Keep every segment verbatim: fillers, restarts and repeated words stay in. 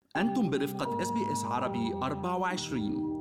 أنتم برفقة إس بي إس عربي أربعة وعشرين.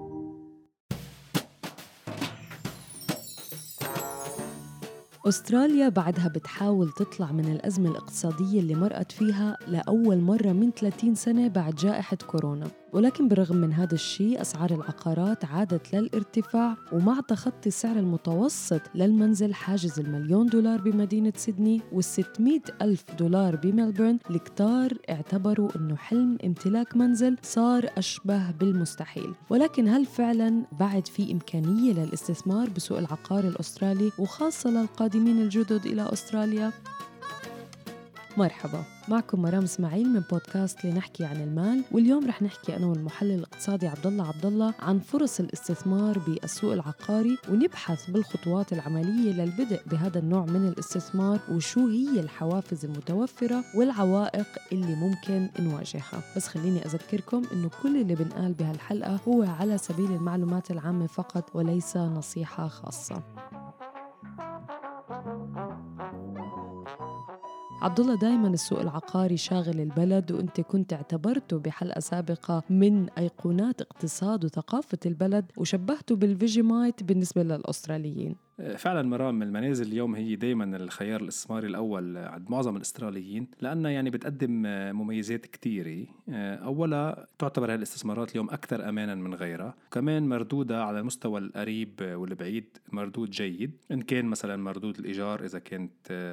أستراليا بعدها بتحاول تطلع من الأزمة الاقتصادية اللي مرقت فيها لأول مرة من ثلاثين سنة بعد جائحة كورونا، ولكن بالرغم من هذا الشيء أسعار العقارات عادت للارتفاع، ومع تخطي السعر المتوسط للمنزل حاجز المليون دولار بمدينة سيدني والستمائة ألف دولار بملبورن، الكتار اعتبروا أنه حلم امتلاك منزل صار أشبه بالمستحيل. ولكن هل فعلاً بعد في إمكانية للاستثمار بسوق العقار الأسترالي وخاصة للقادمين الجدد إلى أستراليا؟ مرحبا، معكم مرام اسماعيل من بودكاست لنحكي عن المال، واليوم رح نحكي أنا والمحلل الاقتصادي عبدالله عبدالله عن فرص الاستثمار بالسوق العقاري، ونبحث بالخطوات العملية للبدء بهذا النوع من الاستثمار وشو هي الحوافز المتوفرة والعوائق اللي ممكن نواجهها. بس خليني أذكركم إنه كل اللي بنقال بهالحلقة هو على سبيل المعلومات العامة فقط وليس نصيحة خاصة. عبدالله، دايماً السوق العقاري شاغل البلد، وانت كنت اعتبرته بحلقة سابقة من أيقونات اقتصاد وثقافة البلد وشبهته بالفيجيمايت بالنسبة للأستراليين. فعلا مرام، المنازل اليوم هي دايما الخيار الاستثماري الأول عند معظم الأستراليين، لأنها يعني بتقدم مميزات كتيرة. أولا، تعتبر هالاستثمارات اليوم أكثر أمانا من غيرها، وكمان مردودة على المستوى القريب والبعيد مردود جيد، إن كان مثلا مردود الإيجار إذا كانت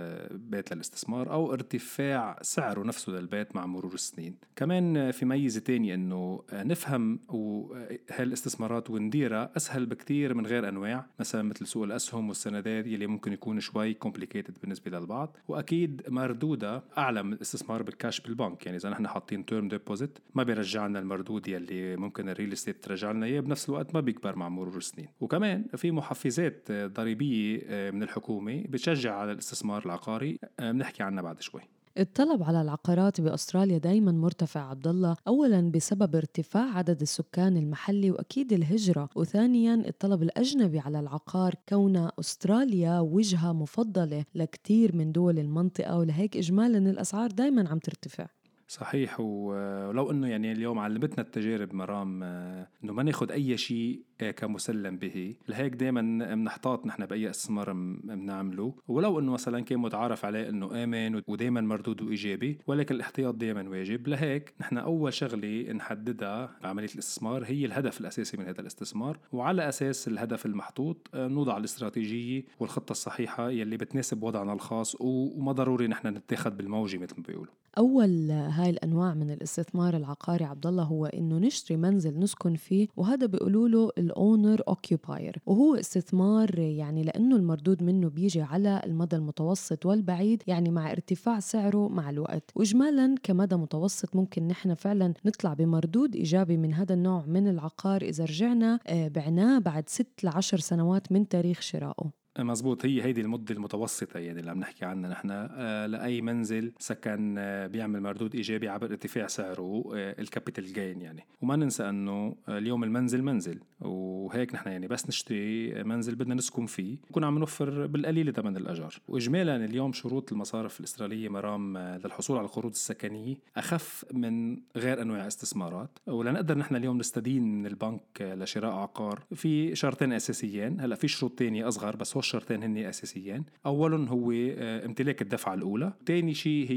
بيت للاستثمار أو ارتفاع سعره نفسه للبيت مع مرور السنين. كمان في ميزة تانية إنه نفهم هالاستثمارات ونديرها أسهل بكتير من غير أنواع، مثلا مثل سوق الأسهم والسندات يلي ممكن يكون شوي complicated بالنسبة للبعض، وأكيد مردودة أعلى من الاستثمار بالكاش بالبنك. يعني إذا نحن حاطين term deposit ما بيرجعنا المردود يلي ممكن الريل استيت ترجع لنا إياه، بنفس الوقت ما بيكبر مع مرور السنين. وكمان في محفزات ضريبية من الحكومة بتشجع على الاستثمار العقاري، بنحكي عنها بعد شوي. الطلب على العقارات بأستراليا دايماً مرتفع عبدالله، أولاً بسبب ارتفاع عدد السكان المحلي وأكيد الهجرة، وثانياً الطلب الأجنبي على العقار كون أستراليا وجهة مفضلة لكتير من دول المنطقة، ولهيك إجمالاً الأسعار دايماً عم ترتفع. صحيح، ولو انه يعني اليوم علمتنا التجارب مرام انه ما ناخد اي شيء كمسلم به، لهيك دائما بنحتاط نحن باي استثمار بنعمله، ولو انه مثلا كان متعارف عليه انه امن ودائما مردوده ايجابي، ولكن الاحتياط دائما واجب. لهيك نحن اول شغله نحددها بعمليه الاستثمار هي الهدف الاساسي من هذا الاستثمار، وعلى اساس الهدف المحطوط نوضع الاستراتيجيه والخطه الصحيحه يلي بتناسب وضعنا الخاص، وما ضروري نحن نتاخد بالموجه مثل ما بيقولوا. أول هاي الأنواع من الاستثمار العقاري عبدالله هو إنه نشتري منزل نسكن فيه، وهذا بيقولوا له الأونر أوكيوباير، وهو استثمار يعني لأنه المردود منه بيجي على المدى المتوسط والبعيد، يعني مع ارتفاع سعره مع الوقت. وإجمالاً كمدى متوسط ممكن نحن فعلاً نطلع بمردود إيجابي من هذا النوع من العقار إذا رجعنا بعناه بعد ست لعشر سنوات من تاريخ شرائه. مزبوط، هي هيدي المدة المتوسطة يعني اللي عم نحكي عنها نحن آه لأي منزل سكن آه بيعمل مردود إيجابي عبر ارتفاع سعره، آه الكابيتال جين يعني. وما ننسى أنه آه اليوم المنزل منزل، وهيك نحن يعني بس نشتري منزل بدنا نسكن فيه نكون عم نوفر بالقليل ثمن الأجار. وإجمالا اليوم شروط المصارف الإسترالية مرام آه للحصول على القروض السكنية أخف من غير أنواع استثمارات، ولنقدر نحن اليوم نستدين من البنك آه لشراء عقار في شرطين أساسيين. هلأ في شروط تانية أصغر بس هو الشرطين هن أساسيين. أولاً هو امتلاك الدفعة الأولى، تاني شيء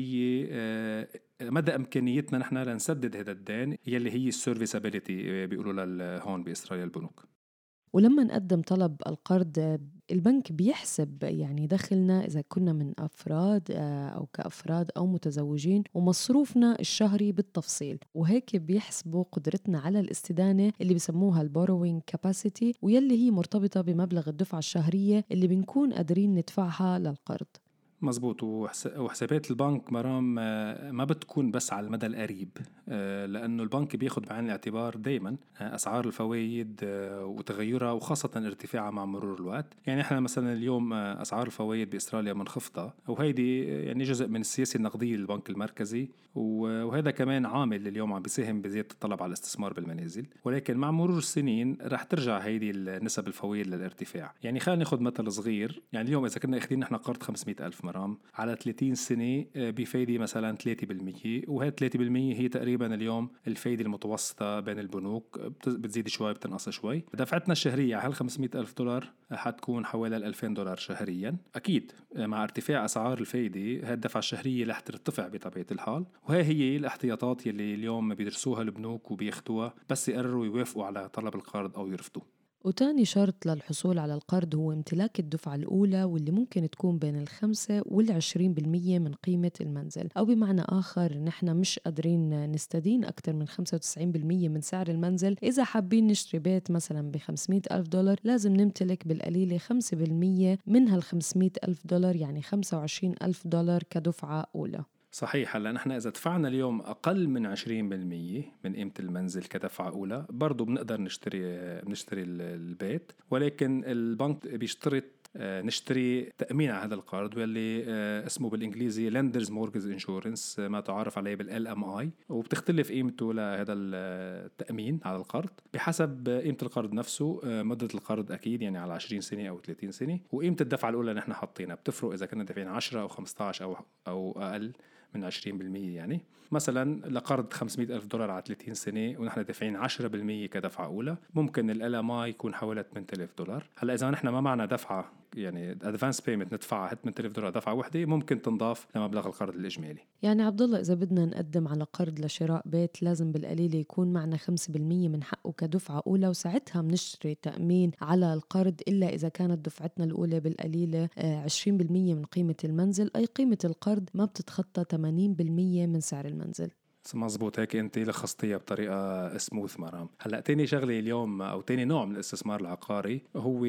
هي مدى إمكانيتنا نحن لنسدد هذا الدين يلي هي السيرفيسابيليتي بيقولوا لهون بإسرائيل البنوك. ولما نقدم طلب القرض البنك بيحسب يعني دخلنا إذا كنا من أفراد أو كأفراد أو متزوجين ومصروفنا الشهري بالتفصيل، وهيك بيحسبوا قدرتنا على الاستدانة اللي بسموها البوروينج كاباسيتي، ويلي هي مرتبطة بمبلغ الدفعة الشهرية اللي بنكون قادرين ندفعها للقرض. مزبوط، وحسابات البنك مرام ما بتكون بس على المدى القريب، لأنه البنك بياخد بعين الاعتبار دايما أسعار الفوائد وتغيرها وخاصة ارتفاعها مع مرور الوقت. يعني احنا مثلا اليوم أسعار الفوائد بإستراليا منخفضة، وهيدي يعني جزء من السياسة النقدية للبنك المركزي، وهذا كمان عامل اليوم عم بيساهم بزيادة الطلب على الاستثمار بالمنازل. ولكن مع مرور السنين رح ترجع هيدي النسب الفوائد للارتفاع. يعني خلينا ناخد مثل صغير، يعني اليوم إذا كنا اخدين نحن قرض خمسمائة ألف مرام على ثلاثين سنة بفايدة مثلا ثلاثة بالمية، وهي ثلاثة بالمية هي تقريبا اليوم الفايدة المتوسطة بين البنوك، بتزيد شوي بتنقص شوي. دفعتنا الشهرية على خمسمائة ألف دولار حتكون حوالي ألفين دولار شهريا. أكيد مع ارتفاع أسعار الفايدة هي الدفعة الشهرية رح ترتفع بطبيعة الحال، وهي هي الاحتياطات يلي اليوم بيدرسوها البنوك وبياخدوها بس يقرروا يوافقوا على طلب القرض أو يرفضوا. وتاني شرط للحصول على القرض هو امتلاك الدفعة الأولى، واللي ممكن تكون بين الخمسة والعشرين بالمية من قيمة المنزل، أو بمعنى آخر نحن مش قادرين نستدين أكتر من خمسة وتسعين بالمية من سعر المنزل. إذا حابين نشتري بيت مثلا بخمسمائة ألف دولار لازم نمتلك بالقليلة خمسة بالمية من هالخمسمائة ألف دولار، يعني خمسة وعشرين ألف دولار كدفعة أولى. صحيح. هلا نحن إذا دفعنا اليوم أقل من عشرين بالمية من قيمة المنزل كدفعة أولى برضو بنقدر نشتري بنشتري البيت، ولكن البنك بيشترط نشتري تأمين على هذا القرض واللي اسمه بالإنجليزي Lenders Mortgage Insurance، ما تعرف عليه بالإل إم آي، وبتختلف قيمته لهذا التأمين على القرض بحسب قيمة القرض نفسه، مدة القرض أكيد يعني على عشرين سنة أو ثلاثين سنة، وقيمة الدفعة الأولى نحن حاطينها بتفرق إذا كنا دافعين عشرة أو خمسة عشر أو أو أقل من عشرين بالمية. يعني مثلا لقرض خمسمائة ألف دولار على ثلاثين سنة ونحن دافعين عشرة بالمية كدفعة أولى ممكن ال إل إم آي يكون حوالي ثمانية آلاف دولار. هلا إذا نحن ما معنا دفعة يعني advance payment ندفعها ثمانية آلاف دولار دفعة واحدة ممكن تنضاف لمبلغ القرض الإجمالي. يعني عبد الله إذا بدنا نقدم على قرض لشراء بيت لازم بالقليل يكون معنا خمسة بالمية من حقه كدفعة أولى، وساعتها بنشتري تأمين على القرض، إلا إذا كانت دفعتنا الأولى بالقليلة عشرين بالمية من قيمة المنزل، أي قيمة القرض ما بتتخطى ثمانين بالمية من سعر المنزل. مزبوط، هيك انت لخصتيها بطريقه سموث مرام. هلا تاني شغله اليوم او تاني نوع من الاستثمار العقاري هو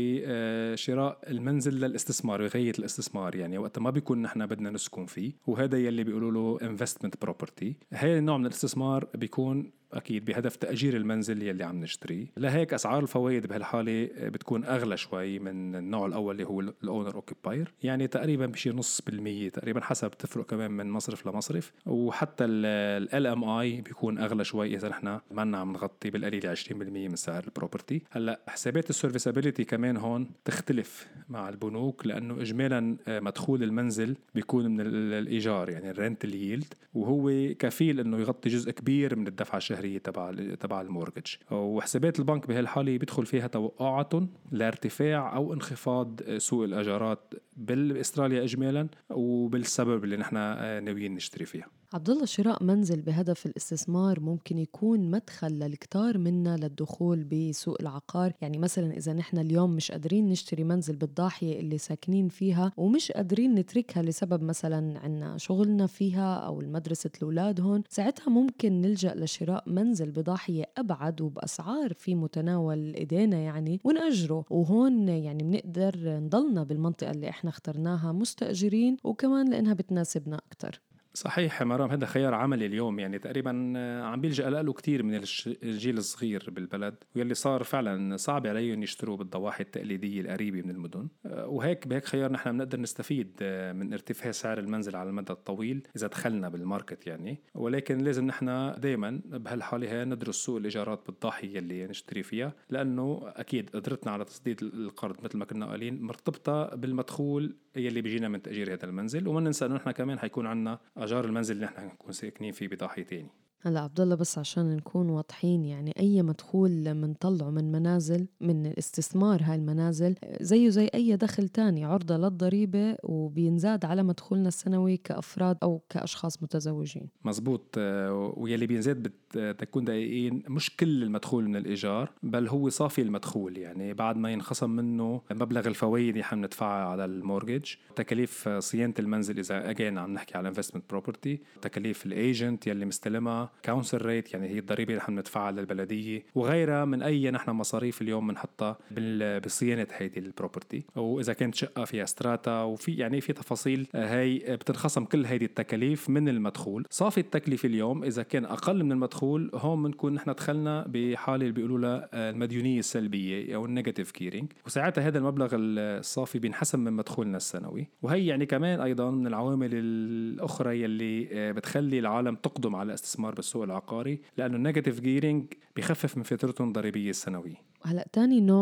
شراء المنزل للاستثمار وغايه الاستثمار، يعني وقت ما بيكون نحن بدنا نسكن فيه، وهذا يلي بيقولوا له investment property. هاي النوع من الاستثمار بيكون أكيد بهدف تأجير المنزل يلي عم نشتريه. لهيك أسعار الفوائد بهالحالة بتكون أغلى شوي من النوع الأول اللي هو الأونر أوكيباير، يعني تقريبا بشي نص بالمية تقريبا، حسب تفرق كمان من مصرف لمصرف. وحتى ال إل إم آي بيكون أغلى شوي إذا نحن ما عم نغطي بالقليل عشرين بالمية من سعر البروبرتي. هلا حسابات السيرفيسابيليتي كمان هون تختلف مع البنوك، لأنه إجمالا مدخول المنزل بيكون من الإيجار يعني الرنتل ييلد، وهو كفيل إنه يغطي جزء كبير من الدفعة الشهرية تبع تبع المورجج. وحسابات البنك بهالحالة بيدخل فيها توقعات لارتفاع أو انخفاض سوق الأجارات بالأستراليا إجمالا وبالسبب اللي نحن ناويين نشتري فيها. عبد الله، شراء منزل بهدف الاستثمار ممكن يكون مدخل للكتار منا للدخول بسوق العقار. يعني مثلا إذا نحن اليوم مش قادرين نشتري منزل بالضاحية اللي ساكنين فيها ومش قادرين نتركها لسبب مثلا عنا شغلنا فيها أو المدرسة الأولاد هون، ساعتها ممكن نلجأ لشراء منزل بضاحية أبعد وبأسعار في متناول إيدينا يعني ونأجره، وهون يعني بنقدر نضلنا بالمنطقة اللي احنا اخترناها مستأجرين، وكمان لأنها بتناسبنا أكتر. صحيح مرام، هذا خيار عملي اليوم، يعني تقريبا عم بيلجأ له كتير من الجيل الصغير بالبلد، واللي صار فعلا صعب عليهم يشتروا بالضواحي التقليدية القريبة من المدن. وهيك بهيك خيار نحن بنقدر نستفيد من ارتفاع سعر المنزل على المدى الطويل إذا دخلنا بالماركت يعني. ولكن لازم نحن دايما بهالحالة هي ندرس سوق الإيجارات بالضاحية اللي نشتري فيها، لأنه أكيد قدرتنا على تسديد القرض مثل ما كنا قايلين مرتبطة بالمدخول يلي بيجينا من تأجير هذا المنزل، وما ننسى إنه نحن كمان حيكون عنا أجار المنزل اللي نحن نكون ساكنين فيه بضاحية تاني. هلا عبد الله، بس عشان نكون واضحين، يعني أي مدخول منطلعه من منازل من الاستثمار هاي المنازل زيه زي أي دخل تاني عرضة للضريبة، وبينزاد على مدخولنا السنوي كأفراد أو كأشخاص متزوجين. مزبوط، ويلي بينزاد بتكون دقيقين مش كل المدخول من الإيجار، بل هو صافي المدخول، يعني بعد ما ينخصم منه مبلغ الفوائد اللي حن ندفعها على المورجج، تكاليف صيانة المنزل إذا أجين عم نحكي على investment property، تكاليف الagent يلي مستلمها، كاونسل ريت يعني هي الضريبة اللي حندفعها للبلدية، وغيرها من أي نحن مصاريف اليوم بنحطها بصيانة هيدي البروبرتي، وإذا كانت شقة فيها ستراتا وفي يعني في تفاصيل هاي بتنخصم كل هيدي التكاليف من المدخول. صافي التكلفة اليوم إذا كان أقل من المدخول هون بنكون نحن دخلنا بحالة اللي بيقولوا لها المديونية السلبية أو النيجاتيف كيرينج، وساعتها هذا المبلغ الصافي بينحسب من مدخولنا السنوي. وهي يعني كمان أيضا من العوامل الأخرى يلي بتخلي العالم تقدم على استثمار بالسوق العقاري، لأنه النيجاتيف جيرينج بيخفف من فاتورتهم الضريبية السنوية. هلأ تاني نوع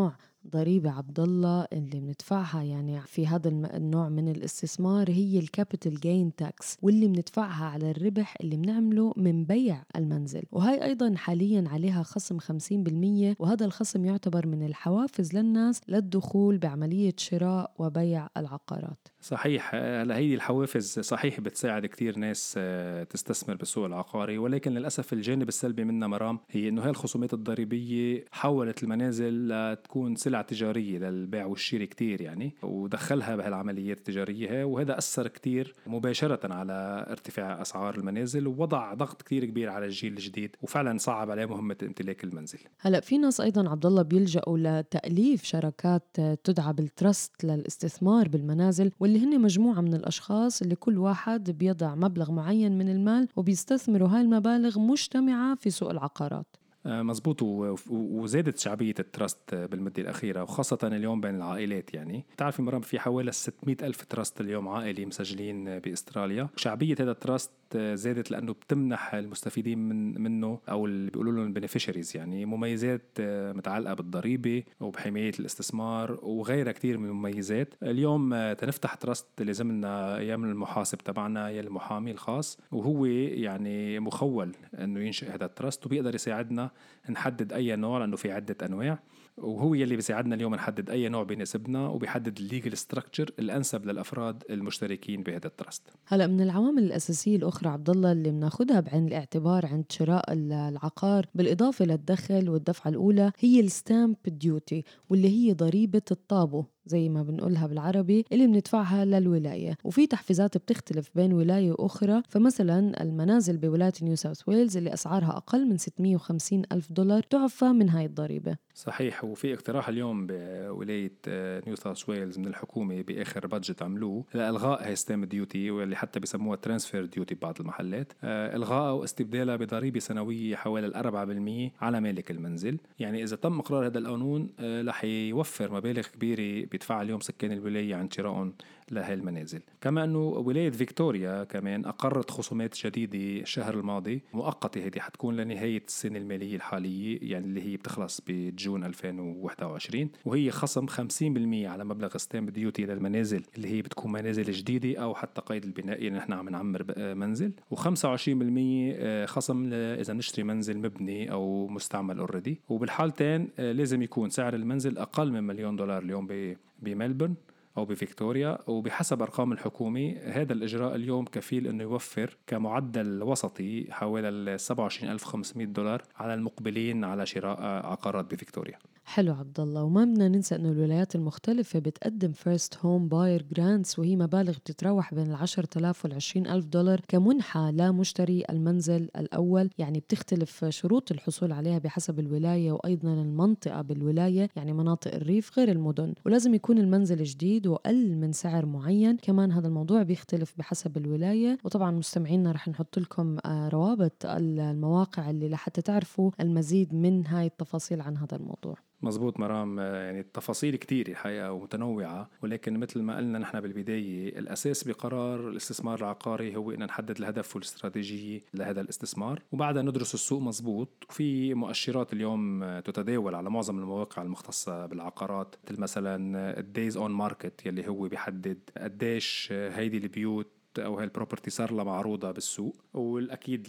ضريبة عبد الله اللي بندفعها يعني في هذا النوع من الاستثمار هي الكابيتال جين تاكس، واللي بندفعها على الربح اللي بنعمله من بيع المنزل، وهي أيضا حاليا عليها خصم خمسين بالمية، وهذا الخصم يعتبر من الحوافز للناس للدخول بعملية شراء وبيع العقارات. صحيح. هلا هي الحوافز صحيح بتساعد كتير ناس تستثمر بالسوق العقاري، ولكن للأسف الجانب السلبي منها مرام هي إنه هاي الخصومات الضريبية حولت المنازل لتكون سلعة تجارية للبيع والشراء كتير يعني، ودخلها بهالعمليات التجارية هاي، وهذا أثر كتير مباشرة على ارتفاع أسعار المنازل ووضع ضغط كتير كبير على الجيل الجديد، وفعلا صعب عليه مهمة امتلاك المنزل. هلأ في ناس أيضا عبد الله بيلجأوا لتأليف شراكات تدعى بالترست للاستثمار بالمنازل، واللي هن مجموعة من الأشخاص اللي كل واحد بيضع مبلغ معين من المال وبيستثمروا هاي المبالغ مجتمعة في سوق العقارات. مزبوط. وزادت شعبية التراست بالمدة الأخيرة، وخاصة اليوم بين العائلات. يعني تعرفي مرام في حوالي ستمائة ألف تراست اليوم عائلي مسجلين بإستراليا. شعبية هذا التراست زادت لأنه بتمنح المستفيدين من منه أو اللي بيقولوا لهم البنفيشريز يعني مميزات متعلقة بالضريبة وبحماية الاستثمار وغيرها كتير من المميزات. اليوم تنفتح تراست لازم لنا أيام المحاسب تبعنا يا المحامي الخاص، وهو يعني مخول أنه ينشئ هذا التراست، وبيقدر يساعدنا نحدد أي نوع لأنه في عدة أنواع، وهو يلي بيساعدنا اليوم نحدد أي نوع بيناسبنا وبيحدد الليجل ستراكشر الأنسب للأفراد المشتركين بهذا التراست. هلأ من العوامل الأساسية الأخرى عبد الله اللي بناخدها بعين الاعتبار عند شراء العقار بالإضافة للدخل والدفعة الأولى هي الستامب ديوتي، واللي هي ضريبة الطابو زي ما بنقولها بالعربي اللي بندفعها للولاية. وفي تحفيزات بتختلف بين ولاية وأخرى، فمثلا المنازل بولاية نيو ساوث ويلز اللي أسعارها أقل من ستمائة وخمسين ألف دولار تعفى من هاي الضريبة. صحيح. وفي اقتراح اليوم بولاية نيو ساوث ويلز من الحكومة بآخر بادجت عملوه لإلغاء هاي ستامب ديوتي، واللي حتى بيسموها ترانسفير ديوتي ببعض المحلات، إلغاءها واستبدالها بضريبة سنوية حوالي الأربعة بالمية على مالك المنزل. يعني إذا تم إقرار هذا القانون رح يوفر مبالغ كبيرة بيدفع اليوم سكان الولاية عن شرائهم لهي المنازل. كما أنه ولاية فيكتوريا كمان أقرت خصومات جديدة الشهر الماضي مؤقتة، هذه حتكون لنهاية السنة المالية الحالية يعني اللي هي بتخلص بجون ألفين وواحد وعشرين، وهي خصم خمسين بالمية على مبلغ ستامب ديوتي للمنازل اللي هي بتكون منازل جديدة أو حتى قيد البناء يعني نحن عم نعمر منزل، وخمسة وعشرين بالمية خصم إذا نشتري منزل مبني أو مستعمل أوريدي. وبالحالتين لازم يكون سعر المنزل أقل من مليون دولار اليوم بملبورن أو بفيكتوريا. وبحسب أرقام الحكومة هذا الإجراء اليوم كفيل أنه يوفر كمعدل وسطي حوالي سبعة وعشرين ألف وخمسمائة دولار على المقبلين على شراء عقارات بفيكتوريا. حلو عبد الله. وما بدنا ننسى أنه الولايات المختلفة بتقدم First Home Buyer Grants، وهي مبالغ بتتراوح بين العشرة آلاف والعشرين ألف دولار كمنحة لمشتري المنزل الأول. يعني بتختلف شروط الحصول عليها بحسب الولاية وأيضا المنطقة بالولاية، يعني مناطق الريف غير المدن، ولازم يكون المنزل جديد وأقل من سعر معين. كمان هذا الموضوع بيختلف بحسب الولاية. وطبعا مستمعينا رح نحط لكم روابط المواقع اللي لحتى تعرفوا المزيد من هاي التفاصيل عن هذا الموضوع. مزبوط مرام. يعني التفاصيل كتير الحقيقة ومتنوعة، ولكن مثل ما قلنا نحن بالبداية الأساس بقرار الاستثمار العقاري هو أن نحدد الهدف والاستراتيجية لهذا الاستثمار، وبعدها ندرس السوق. مزبوط. وفي مؤشرات اليوم تتداول على معظم المواقع المختصة بالعقارات، مثلا الدايز اون ماركت يلي هو بيحدد قديش هيدي البيوت أو هاي البروبرتي صار لها معروضة بالسوق. والأكيد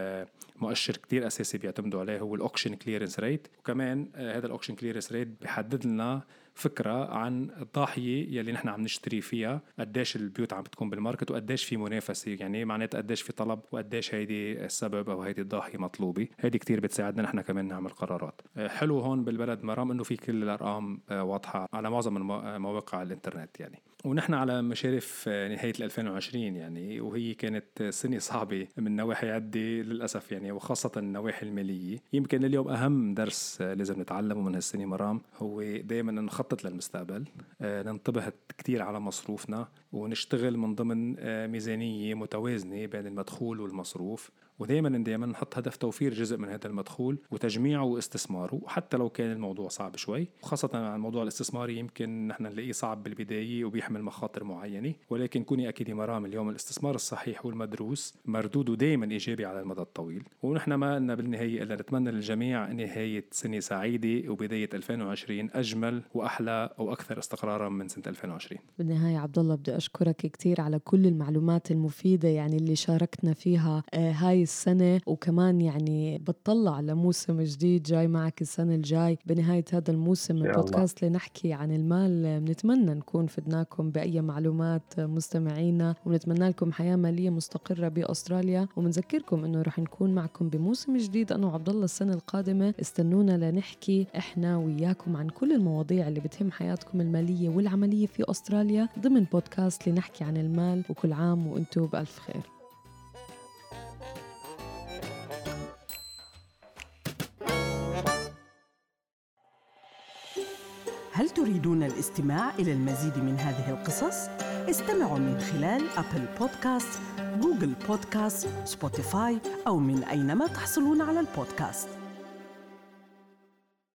المؤشر كتير أساسي بيعتمدوا عليه هو الأوكشن كليرنس ريت، وكمان هذا الأوكشن كليرنس ريت بيحدد لنا فكرة عن الضاحية يلي نحن عم نشتري فيها، قديش البيوت عم بتكون بالماركت وقديش في منافسة، يعني معناته قديش في طلب وقديش هيدي السبب أو هيدي الضاحية مطلوبة. هيدي كتير بتساعدنا نحن كمان نعمل قرارات. حلو هون بالبلد مرام إنه في كل الأرقام واضحة على معظم المواقع الإنترنت يعني. ونحن على مشارف نهاية ألفين وعشرين يعني، وهي كانت سنة صعبة من نواحي عدة للأسف يعني، وخاصة النواحي المالية. يمكن اليوم أهم درس لازم نتعلمه من هالسنة مرام هو دايما نخطط للمستقبل، ننتبه كتير على مصروفنا ونشتغل من ضمن ميزانية متوازنة بين المدخول والمصروف، ودائما دائما نحط هدف توفير جزء من هذا المدخول وتجميعه واستثماره، حتى لو كان الموضوع صعب شوي، وخاصة عن الموضوع الاستثماري يمكن نحن نلاقيه صعب بالبداية وبيحمل مخاطر معينة، ولكن كوني أكيد مرام اليوم الاستثمار الصحيح والمدروس مردوده دائما إيجابي على المدى الطويل. ونحن ما قلنا بالنهاية إلا نتمنى للجميع نهاية سنة سعيدة وبداية ألفين وعشرين أجمل وأحلى وأكثر استقرارا من سنة ألفين وعشرين. بالنهاية عبد الله بدي أشكرك كتير على كل المعلومات المفيدة يعني اللي شاركتنا فيها آه هاي السنة، وكمان يعني بتطلع لموسم جديد جاي معك السنة الجاي. بنهاية هذا الموسم من بودكاست لنحكي عن المال بنتمنى نكون فدناكم بأي معلومات مستمعينا، ونتمنى لكم حياة مالية مستقرة بأستراليا، ومنذكركم إنه رح نكون معكم بموسم جديد أنا وعبد الله السنة القادمة. استنونا لنحكي إحنا وياكم عن كل المواضيع اللي بتهم حياتكم المالية والعملية في أستراليا ضمن بودكاست لنحكي عن المال. وكل عام وأنتم بألف خير. هل تريدون الاستماع إلى المزيد من هذه القصص؟ استمعوا من خلال أبل بودكاست، جوجل بودكاست، سبوتيفاي أو من أينما تحصلون على البودكاست.